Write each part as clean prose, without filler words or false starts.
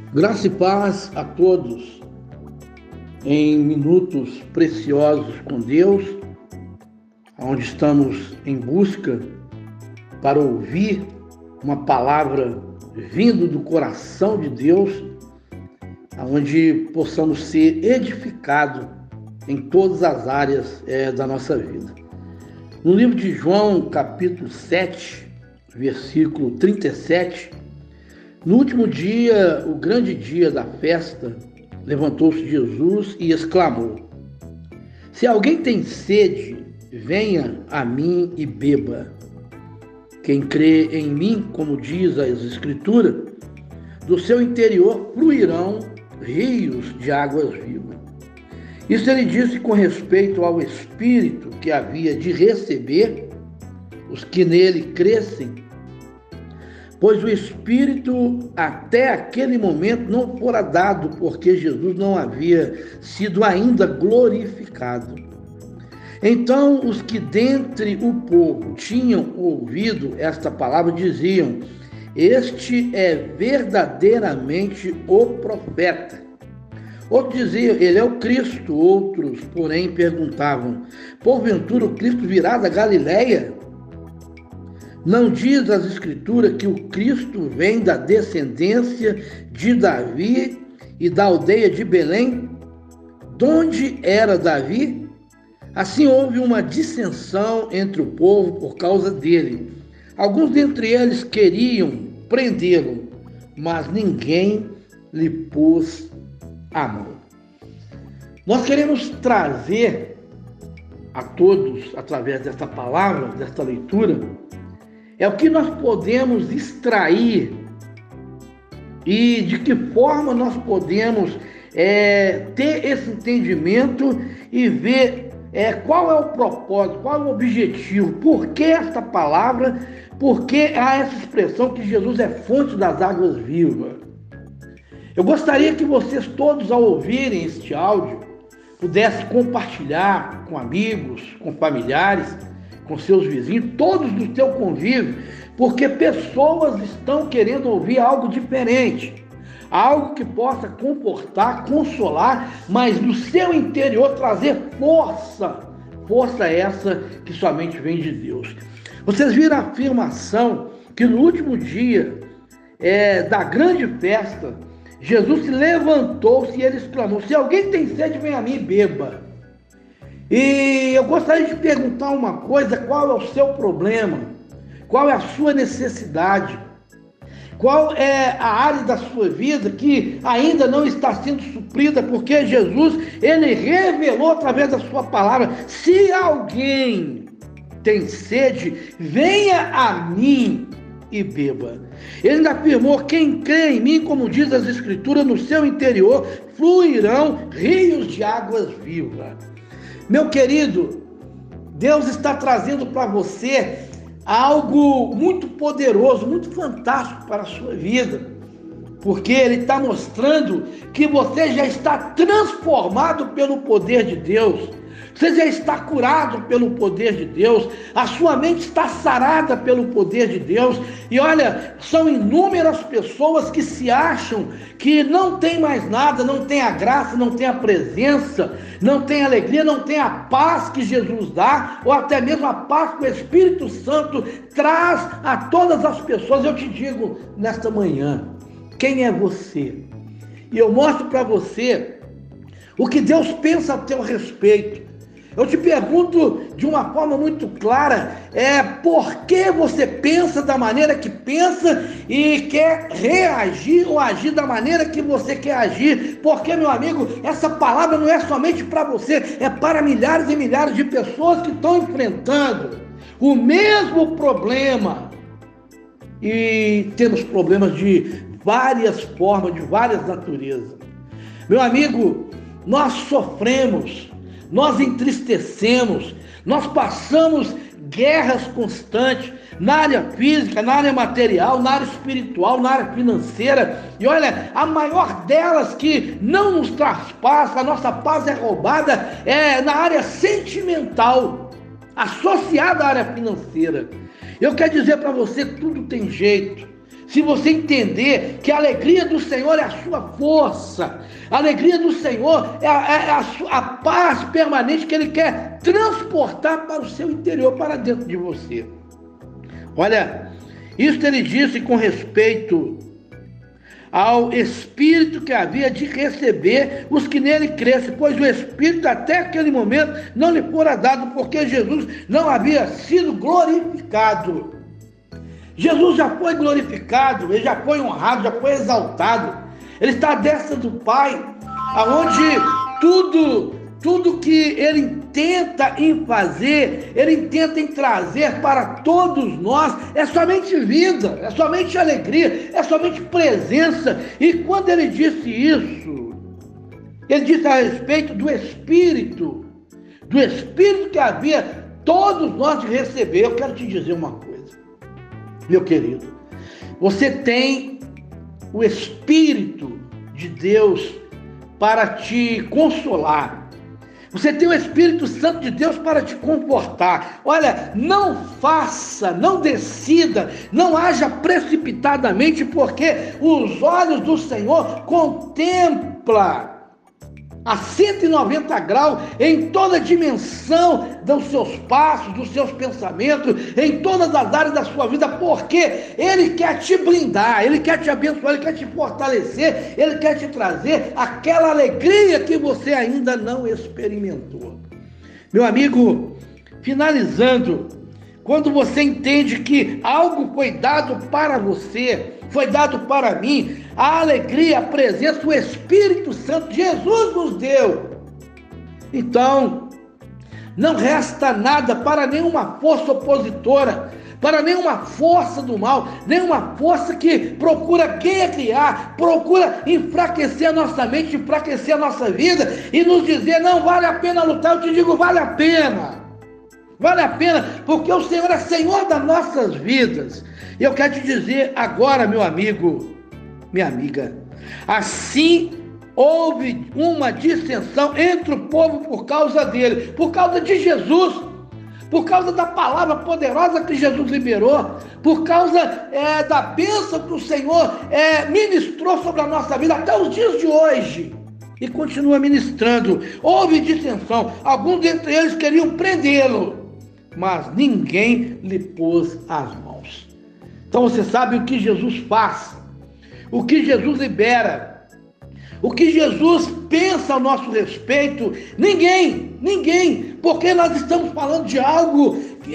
Graça e paz a todos em minutos preciosos com Deus, onde estamos em busca para ouvir uma palavra vindo do coração de Deus, onde possamos ser edificados em todas as áreas da nossa vida. No livro de João, capítulo 7, versículo 37, no último dia, o grande dia da festa, levantou-se Jesus e exclamou: Se alguém tem sede, venha a mim e beba. Quem crê em mim, como diz as Escrituras, do seu interior fluirão rios de águas vivas. Isso ele disse com respeito ao Espírito que havia de receber os que nele crescem, pois o Espírito até aquele momento não fora dado, porque Jesus não havia sido ainda glorificado. Então os que dentre o povo tinham ouvido esta palavra diziam: Este é verdadeiramente o profeta. Outros diziam: Ele é o Cristo. Outros, porém, perguntavam: Porventura o Cristo virá da Galileia? Não diz as Escrituras que o Cristo vem da descendência de Davi e da aldeia de Belém? Donde era Davi? Assim houve uma dissensão entre o povo por causa dele. Alguns dentre eles queriam prendê-lo, mas ninguém lhe pôs a mão. Nós queremos trazer a todos, através desta palavra, desta leitura, é o que nós podemos extrair e de que forma nós podemos ter esse entendimento e ver qual é o propósito, qual é o objetivo, por que esta palavra, por que há essa expressão que Jesus é fonte das águas vivas. Eu gostaria que vocês todos, ao ouvirem este áudio, pudessem compartilhar com amigos, com familiares, com seus vizinhos, todos do seu convívio, porque pessoas estão querendo ouvir algo diferente, algo que possa confortar, consolar, mas no seu interior trazer força essa que somente vem de Deus. Vocês viram a afirmação que no último dia da grande festa, Jesus se levantou-se e ele exclamou: Se alguém tem sede, vem a mim e beba. E eu gostaria de perguntar uma coisa: qual é o seu problema? Qual é a sua necessidade? Qual é a área da sua vida que ainda não está sendo suprida? Porque Jesus, ele revelou através da sua palavra: se alguém tem sede, venha a mim e beba. Ele ainda afirmou: quem crê em mim, como diz as Escrituras, no seu interior fluirão rios de águas vivas. Meu querido, Deus está trazendo para você algo muito poderoso, muito fantástico para a sua vida, porque Ele está mostrando que você já está transformado pelo poder de Deus, você já está curado pelo poder de Deus, a sua mente está sarada pelo poder de Deus. E olha, são inúmeras pessoas que se acham que não tem mais nada, não tem a graça, não tem a presença, não tem a alegria, não tem a paz que Jesus dá, ou até mesmo a paz que o Espírito Santo traz a todas as pessoas. Eu te digo nesta manhã, quem é você? E eu mostro para você o que Deus pensa a teu respeito. Eu te pergunto de uma forma muito clara, por que você pensa da maneira que pensa e quer reagir ou agir da maneira que você quer agir? Porque, meu amigo, essa palavra não é somente para você, é para milhares e milhares de pessoas que estão enfrentando o mesmo problema. E temos problemas de várias formas, de várias naturezas. Meu amigo, nós sofremos, nós entristecemos, nós passamos guerras constantes na área física, na área material, na área espiritual, na área financeira. E olha, a maior delas que não nos traz paz, a nossa paz é roubada, é na área sentimental, associada à área financeira. Eu quero dizer para você, tudo tem jeito. se você entender que a alegria do Senhor é a sua força, a alegria do Senhor é a paz permanente que Ele quer transportar para o seu interior, para dentro de você. Olha, isso Ele disse com respeito ao Espírito que havia de receber os que nele crescem, pois o Espírito até aquele momento não lhe fora dado, porque Jesus não havia sido glorificado. Jesus já foi glorificado, Ele já foi honrado, já foi exaltado. Ele está à destra do Pai, aonde tudo que Ele intenta em fazer, Ele intenta em trazer para todos nós, é somente vida, é somente alegria, é somente presença. E quando Ele disse isso, Ele disse a respeito do Espírito que havia todos nós de receber. Eu quero te dizer uma coisa, meu querido, você tem o Espírito de Deus para te consolar. Você tem o Espírito Santo de Deus para te confortar. Olha, não faça, não decida, não haja precipitadamente, porque os olhos do Senhor contemplam a 190 graus em toda a dimensão dos seus passos, dos seus pensamentos, em todas as áreas da sua vida, porque Ele quer te blindar, Ele quer te abençoar, Ele quer te fortalecer, Ele quer te trazer aquela alegria que você ainda não experimentou. Meu amigo, finalizando, quando você entende que algo foi dado para você, foi dado para mim, a alegria, a presença, o Espírito Santo, Jesus nos deu. Então, não resta nada para nenhuma força opositora, para nenhuma força do mal, nenhuma força que procura guerrear, procura enfraquecer a nossa mente, enfraquecer a nossa vida e nos dizer, não vale a pena lutar. Eu te digo, vale a pena. Vale a pena, porque o Senhor é Senhor das nossas vidas. E eu quero te dizer agora, meu amigo, minha amiga, assim houve uma dissensão entre o povo por causa dele, por causa de Jesus, por causa da palavra poderosa que Jesus liberou, por causa da bênção que o Senhor ministrou sobre a nossa vida até os dias de hoje. E continua ministrando. Houve dissensão, alguns dentre eles queriam prendê-lo, mas ninguém lhe pôs as mãos. Então você sabe o que Jesus faz, o que Jesus libera, o que Jesus pensa a nosso respeito? Ninguém, porque nós estamos falando de algo que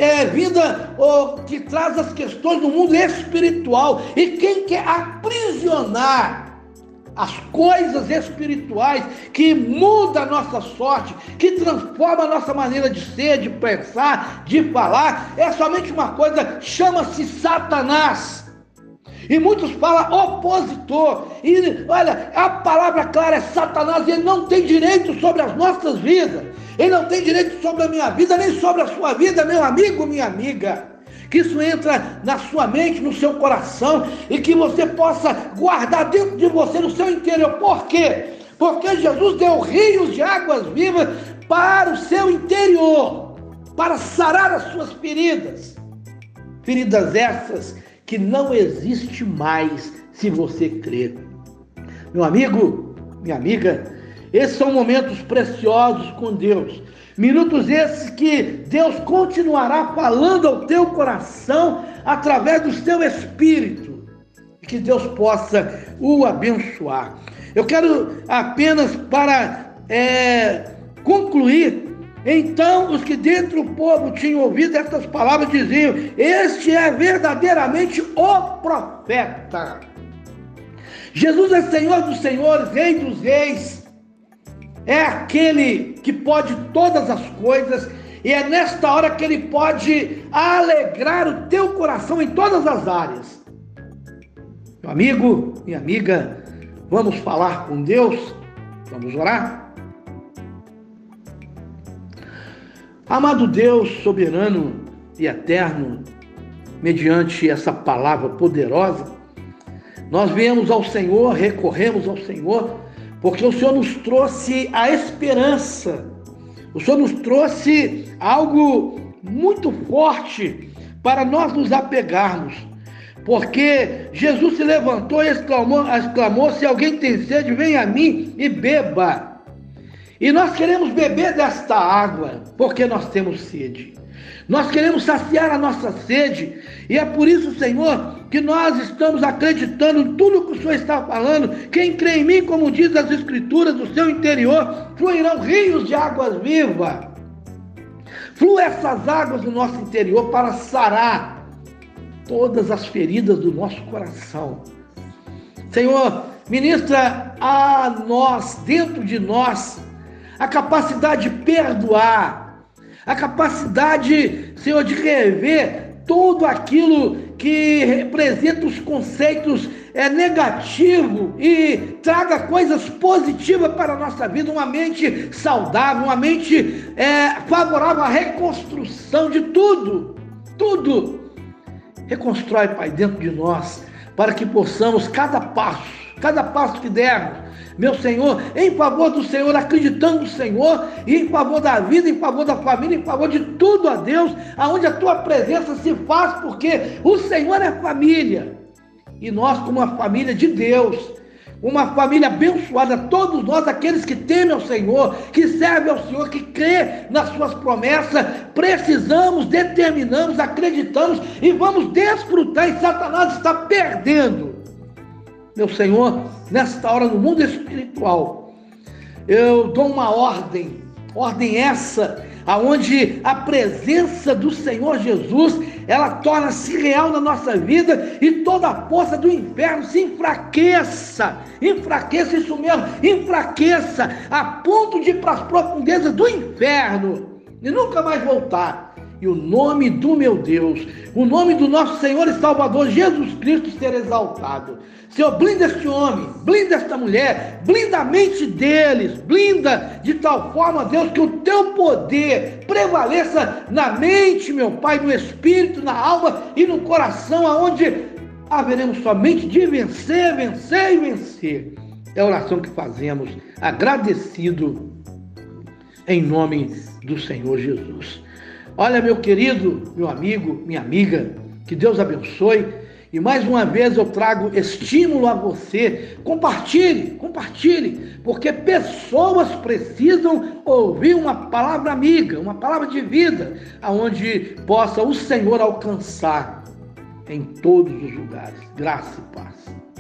que traz as questões do mundo espiritual, e quem quer aprisionar as coisas espirituais que mudam a nossa sorte, que transforma a nossa maneira de ser, de pensar, de falar, é somente uma coisa, chama-se Satanás. E muitos falam opositor. E olha, a palavra clara é Satanás. Ele não tem direito sobre as nossas vidas. Ele não tem direito sobre a minha vida, nem sobre a sua vida, meu amigo, minha amiga. Que isso entra na sua mente, no seu coração, e que você possa guardar dentro de você, no seu interior. Por quê? Porque Jesus deu rios de águas vivas para o seu interior, para sarar as suas feridas. Feridas essas que não existe mais se você crer. Meu amigo, minha amiga, esses são momentos preciosos com Deus. Minutos esses que Deus continuará falando ao teu coração através do seu Espírito. E que Deus possa o abençoar. Eu quero apenas para concluir. Então os que dentro do povo tinham ouvido estas palavras diziam: este é verdadeiramente o profeta. Jesus é Senhor dos senhores, Rei dos reis. É aquele que pode todas as coisas, e é nesta hora que Ele pode alegrar o teu coração em todas as áreas. Meu amigo, minha amiga, vamos falar com Deus? Vamos orar? Amado Deus, soberano e eterno, mediante essa palavra poderosa, nós viemos ao Senhor, recorremos ao Senhor, porque o Senhor nos trouxe a esperança, o Senhor nos trouxe algo muito forte para nós nos apegarmos, Porque Jesus se levantou e exclamou: se alguém tem sede, venha a mim e beba. E nós queremos beber desta água, porque nós temos sede. Nós queremos saciar a nossa sede, e é por isso, Senhor, que nós estamos acreditando em tudo que o Senhor está falando. Quem crê em mim, como diz as Escrituras, do seu interior fluirão rios de águas vivas. Flua essas águas do nosso interior para sarar todas as feridas do nosso coração. Senhor, ministra a nós, dentro de nós, a capacidade de perdoar, a capacidade, Senhor, de rever tudo aquilo que representa os conceitos negativos e traga coisas positivas para a nossa vida, uma mente saudável, uma mente favorável à reconstrução de tudo. Reconstrói, Pai, dentro de nós, para que possamos, cada passo que dermos, meu Senhor, em favor do Senhor, acreditando no Senhor, e em favor da vida, em favor da família, em favor de tudo, a Deus, aonde a Tua presença se faz, porque o Senhor é família, e nós, como uma família de Deus, uma família abençoada, todos nós, aqueles que temem ao Senhor, que servem ao Senhor, que crê nas suas promessas, precisamos, determinamos, acreditamos e vamos desfrutar, e Satanás está perdendo. Meu Senhor, nesta hora no mundo espiritual, eu dou uma ordem essa, aonde a presença do Senhor Jesus, ela torna-se real na nossa vida, e toda a força do inferno se enfraqueça isso mesmo, enfraqueça, a ponto de ir para as profundezas do inferno, e nunca mais voltar. E o nome do meu Deus, o nome do nosso Senhor e Salvador Jesus Cristo ser exaltado. Senhor, blinda este homem, blinda esta mulher, blinda a mente deles, blinda de tal forma, Deus, que o teu poder prevaleça na mente, meu Pai, no espírito, na alma e no coração, aonde haveremos somente de vencer. É a oração que fazemos, agradecido em nome do Senhor Jesus. Olha, meu querido, meu amigo, minha amiga, que Deus abençoe. E mais uma vez eu trago estímulo a você. Compartilhe, porque pessoas precisam ouvir uma palavra amiga, uma palavra de vida, aonde possa o Senhor alcançar em todos os lugares. Graça e paz.